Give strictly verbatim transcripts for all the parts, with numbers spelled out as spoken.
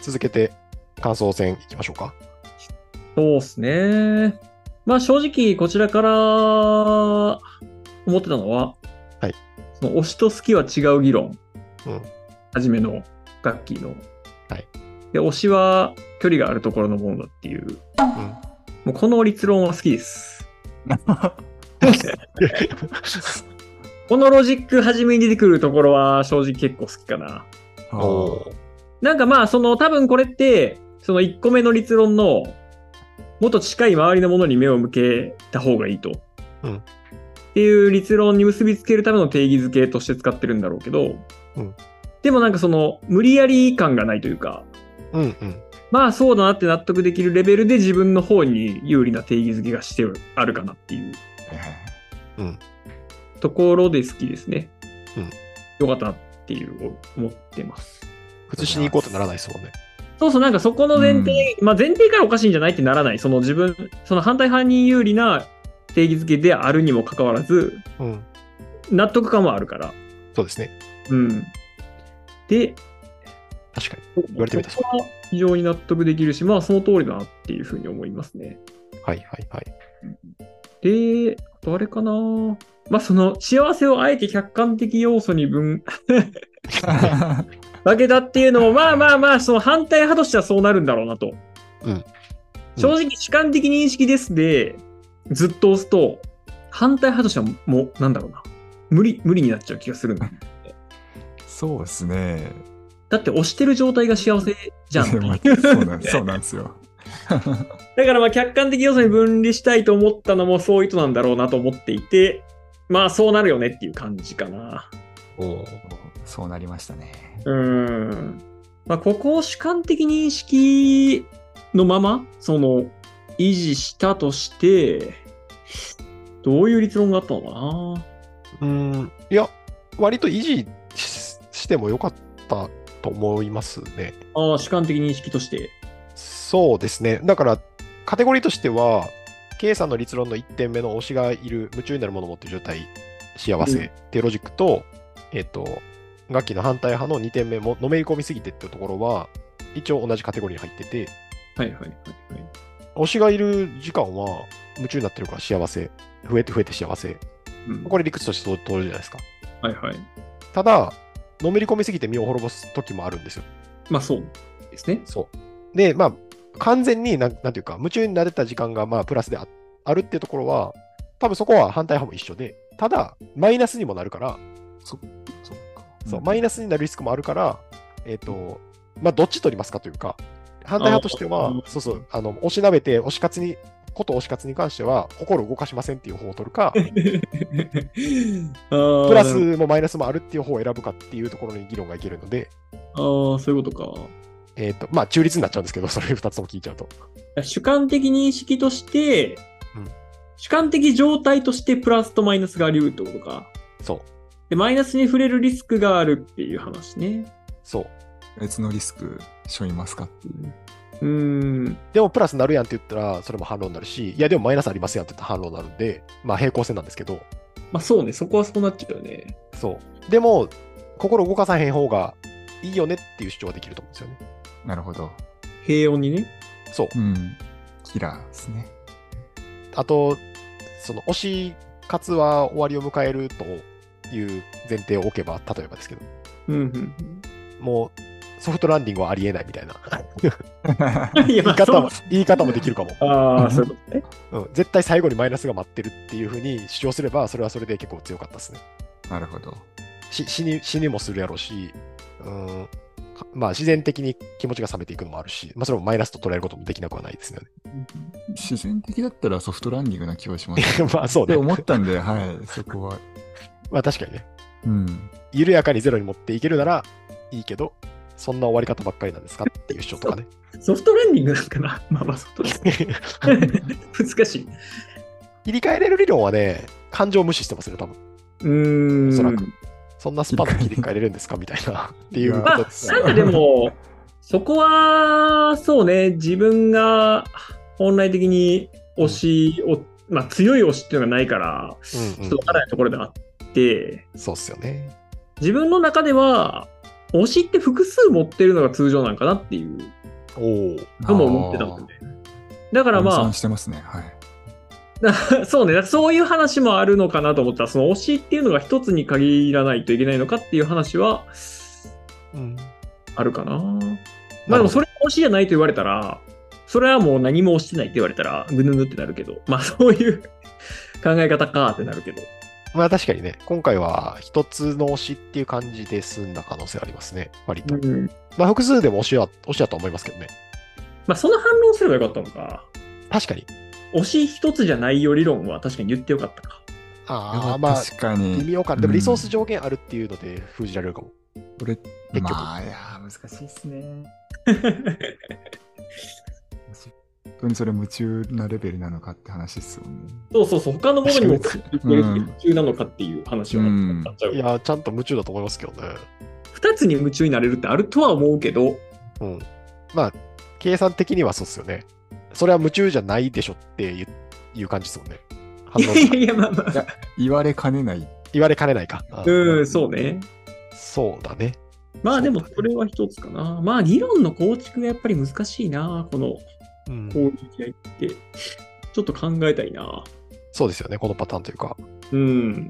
続けて感想戦いきましょうか。 そうですね。まあ正直こちらから思ってたのは、 はい、 その推しと好きは違う議論、 うん、 初めのガッキーの、 はい、で推しは距離があるところのものだっていう、うん、もうこの立論は好きです。このロジック初めに出てくるところは正直結構好きかな。 おなんかまあその多分これってそのいっこめの立論のもっと近い周りのものに目を向けた方がいいと、うん、っていう立論に結びつけるための定義づけとして使ってるんだろうけど、うん、でもなんかその無理やり感がないというか、うんうん、まあそうだなって納得できるレベルで自分の方に有利な定義づけがしてあるかなっていう、うん、ところで好きですね。うん、よかったなっていう思ってます。 崩しに行こうとならないですもんね。 そうそう、なんかそこの前提、うん、まあ前提からおかしいんじゃないってならない。その自分、その反対派に有利な定義づけであるにもかかわらず、うん、納得感はあるから。 そうですね。 うん。で、 確かに。言われてみたらそこは非常に納得できるし、まあその通りだなっていうふうに思いますね。 はいはいはい。 で、あとあれかな。まあその幸せをあえて客観的要素に分分けたっていうのも、まあまあまあ、その反対派としてはそうなるんだろうなと。うんうん、正直主観的認識ですで、ずっと押すと、反対派としてはもう、なんだろうな。無理、無理になっちゃう気がするんだ。 そうですね。 だって押してる状態が幸せじゃん。そうなん、 そうなんですよ。 だからまあ客観的要素に分離したいと思ったのもそういう意図なんだろうなと思っていて、まあそうなるよねっていう感じかな。 おそうなりましたね。 うーん。まあここを主観的認識のまま、その、維持したとして、どういう立論があったのかな。 うーん、いや、割と維持してもよかったと思いますね。 ああ、主観的認識として。 そうですね。だから、カテゴリーとしては、K さんの立論のいってんめの推しがいる、夢中になるものを持っている状態、幸せっていうロジックと、うん、えっと、ガッキーの反対派のにてんめも、のめり込みすぎてっていうところは、一応同じカテゴリーに入ってて、 はいはいはいはい。 推しがいる時間は、夢中になってるから幸せ。増えて増えて幸せ。うん、これ理屈として通るじゃないですか。 はいはい。 ただ、のめり込みすぎて身を滅ぼす時もあるんですよ。 まあそうですね。 そう。で、まあ、完全になん、なんていうか、夢中になれた時間が、まあ、プラスで あ, あるっていうところは、多分そこは反対派も一緒で、ただ、マイナスにもなるから、そそかそう、マイナスになるリスクもあるから、えっ、ー、と、まあ、どっち取りますかというか、反対派としては、そうそう、あの、押しなべて、推し活に、こと推し活に関しては、心を動かしませんっていう方を取るか、プラスもマイナスもあるっていう方を選ぶかっていうところに議論がいけるので、 ああ、そういうことか。 えっ、ー、と、まあ、中立になっちゃうんですけど、それふたつとも聞いちゃうと。 主観的認識として、うん、主観的状態としてプラスとマイナスがあり得るってことか。 そう。 で、マイナスに触れるリスクがあるっていう話ね。 そう。 別のリスク、背負いますかっていう。 うーん。 でもプラスなるやんって言ったら、それも反論になるし、いやでもマイナスありますやんって言ったら反論になるんで、まあ平行線なんですけど。 まあそうね、そこはそうなっちゃうよね。 そう。でも、心動かさへん方がいいよねっていう主張はできると思うんですよね。 なるほど。 平穏にね。 そう。 うん。キラーですね。 あと、その推し活は終わりを迎えるという前提を置けば、例えばですけど。 うんうん、 もう、ソフトランディングはありえないみたいな言い方も言い方もできるかも。 ああ、そういうことね、 うん。絶対最後にマイナスが待ってるっていうふうに主張すれば、それはそれで結構強かったですね。 なるほど。 し死に死にもするやろうし、うん、まあ自然的に気持ちが冷めていくのもあるし、まあそれもマイナスと捉えることもできなくはないですよね。 自然的だったらソフトランディングな気はします、 ね。まあそうね。 って思ったんで、はい、そこは。 まあ確かにね。 うん。 緩やかにゼロに持っていけるならいいけど、そんな終わり方ばっかりなんですかっていう主張とかね。 ソフトランディングなんかなまあまあソフトランディング。難しい。 切り替えれる理論はね、感情を無視してますね、多分。 うーん。 おそらく。そんなスパンで切り替えれるんですかみたいな。っていうことです。 まあ、なんかでも、そこは、そうね、自分が本来的に推しを、うん、まあ強い推しっていうのがないから、うんうん、ちょっとわからないところであって、 そうっすよね。 自分の中では、推しって複数持ってるのが通常なんかなっていうおとも思ってたんですよね。だからまあ、 してますね。はい。 そうね、そういう話もあるのかなと思ったら、その推しっていうのが一つに限らないといけないのかっていう話は、 うん、 あるかな。まあでもそれ推しじゃないと言われたら、それはもう何も推してないって言われたら、ぐぬぬってなるけど、まあそういう考え方かってなるけど。 まあ確かにね、今回は一つの推しっていう感じで済んだ可能性ありますね、割と。うん、まあ複数でも推しは、推しだと思いますけどね。 まあその反論すればよかったのか。 確かに。 推し一つじゃないよ理論は確かに言ってよかったか。 ああ、まあ、確かに。微妙かな。でもリソース上限あるっていうので封じられるかも。 これ、結局。まあ、いや、難しいっすね。本当にそれ夢中なレベルなのかって話ですよね。 そうそうそう、他のものにも夢中なのかっていう話はなっちゃう。 いや、ちゃんと夢中だと思いますけどね。 二つに夢中になれるってあるとは思うけど。 うん。まあ、計算的にはそうっすよね。それは夢中じゃないでしょっていういう感じですもんね。 いやいやいや、まあまあ。 言われかねない。 言われかねないか。 うん、そうね。 そうだね。 まあでも、それは一つかな。まあ、議論の構築がやっぱり難しいな、この攻撃合いって。ちょっと考えたいな。 そうですよね、このパターンというか。 うん。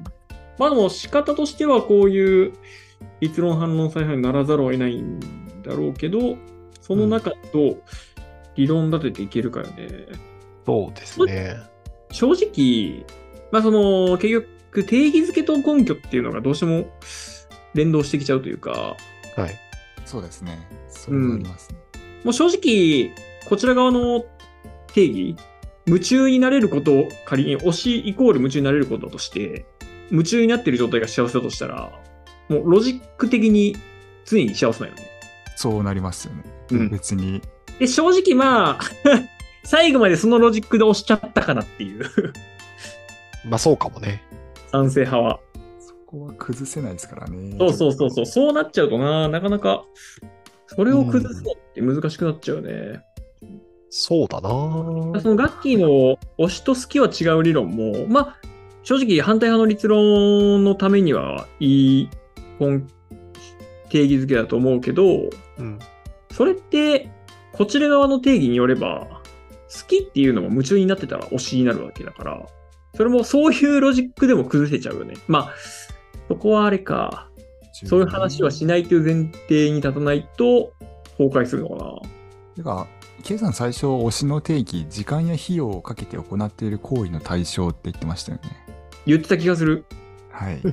まあでも、仕方としてはこういう立論反論采配にならざるを得ないんだろうけど、その中と理論立てていけるかよね。うん、 そうですね。 正直、まあその、結局定義づけと根拠っていうのがどうしても連動してきちゃうというか。 はい。 そうですね。それもありますね。 うん、もう正直、こちら側の定義、夢中になれることを仮に推しイコール夢中になれることとして、夢中になっている状態が幸せだとしたら、もうロジック的に常に幸せなよね。 そうなりますよね。うん、別に。 で、正直まあ、最後までそのロジックで押しちゃったかなっていう。 まあそうかもね。 賛成派は。 そこは崩せないですからね。 そうそうそうそう。そうなっちゃうとな、なかなか、それを崩すのって難しくなっちゃうね。うん、 そうだな。 そのガッキーの推しと好きは違う理論も、まあ、正直反対派の立論のためにはいい定義づけだと思うけど、うん、それってこちら側の定義によれば好きっていうのも夢中になってたら推しになるわけだから、それもそういうロジックでも崩せちゃうよね。まあそこはあれか、そういう話はしないという前提に立たないと崩壊するのかな。 てか、K さん最初推しの定義、時間や費用をかけて行っている行為の対象って言ってましたよね。 言ってた気がする。 はい。ち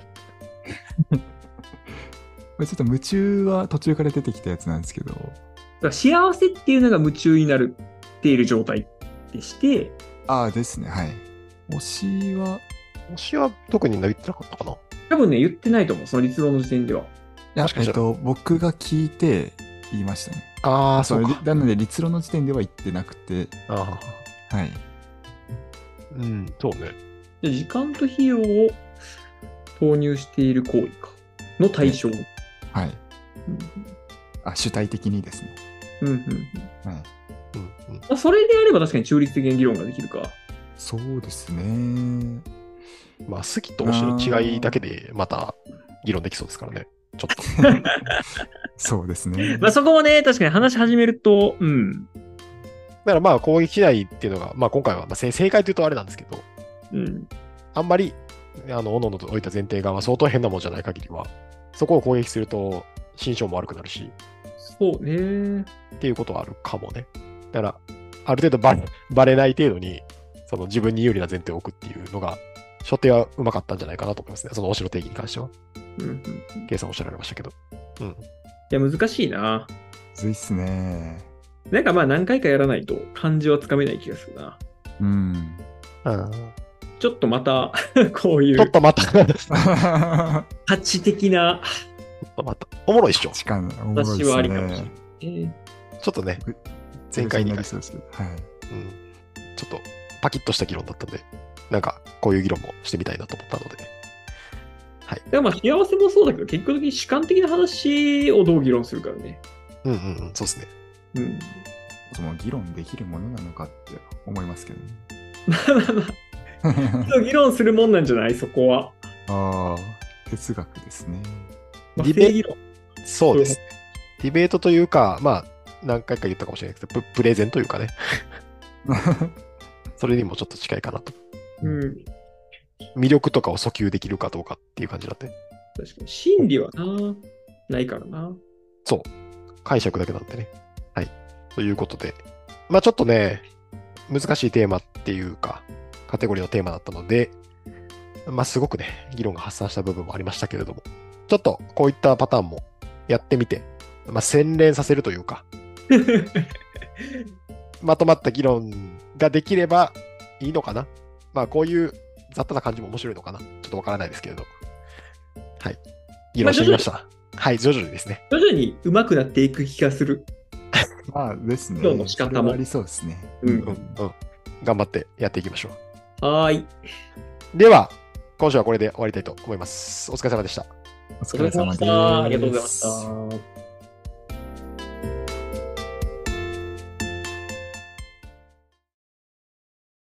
ょっと夢中は途中から出てきたやつなんですけど。だから幸せっていうのが夢中になるっている状態でして。 ああですね、はい。推しは推しは特に言ってなかったかな。 多分ね、言ってないと思う、その立論の時点では。 いや、えっと、僕が聞いて言いましたね。 ああ、そうか。 なので、立論の時点では言ってなくて。 ああ。はい。 うん、そうね。 で、時間と費用を投入している行為か。の対象。はい。 うん、あ、主体的にですね。 うんうん。 はい。 うんうん、それであれば確かに中立的な議論ができるか。 そうですね。 まあ、好きと推しの違いだけでまた議論できそうですからね。ちょっと。 そうですね。 まあそこもね、確かに話し始めると、うん。 だからまあ攻撃しないっていうのが、まあ今回はまあ正解というとあれなんですけど、 うん。 あんまり、あの、おのおのと置いた前提が相当変なもんじゃない限りは、そこを攻撃すると心象も悪くなるし。 そうね。 っていうことはあるかもね。だから、ある程度バレ、バレない程度に、その自分に有利な前提を置くっていうのが、初手はうまかったんじゃないかなと思いますね。その推しの定義に関しては。 うんうん。 計算おっしゃられましたけど。うん。いや、難しいな。 むずいっすね。 なんかまあ何回かやらないと感じはつかめない気がするな。 うん。 うんちょっとまた、こういう。 ちょっとまた。 タッチ的な。 ちょっとまた。おもろいっしょ。 時間、おもろいっすね。 私はありかもしれない。えー、 ちょっとね、前回に関して。 はい。うん。 ちょっとパキッとした議論だったんで、なんかこういう議論もしてみたいなと思ったので。はい。 でもまあ幸せもそうだけど、結局的に主観的な話をどう議論するからね。 うんうんうん、そうですね。 うん。 その議論できるものなのかって思いますけどね。 まあまあまあ。議論するもんなんじゃないそこは。 ああ、哲学ですね。 まあ、ディベート。 そうですね。ディベートというか、まあ、 何回か言ったかもしれないけど、ププレゼンというかね。それにもちょっと近いかなと。 うん。 魅力とかを訴求できるかどうかっていう感じだって。 確かに。心理はな、ないからな。 そう。解釈だけなんでね。はい。ということで。まあちょっとね、難しいテーマっていうか、カテゴリーのテーマだったので、まあすごくね、議論が発散した部分もありましたけれども、ちょっとこういったパターンもやってみて、まあ洗練させるというか、まとまった議論ができればいいのかな。まあこういう雑多な感じも面白いのかな。ちょっとわからないですけれど。はい。議論してみました。まあ、はい、徐々にですね。 徐々に上手くなっていく気がする。 まあですね。 今日の仕方もありそうですね。 うん、うん、 うん。頑張ってやっていきましょう。はーい。 では、今週はこれで終わりたいと思います。お疲れ様でした。 お疲れ様です。 ありがとうございました。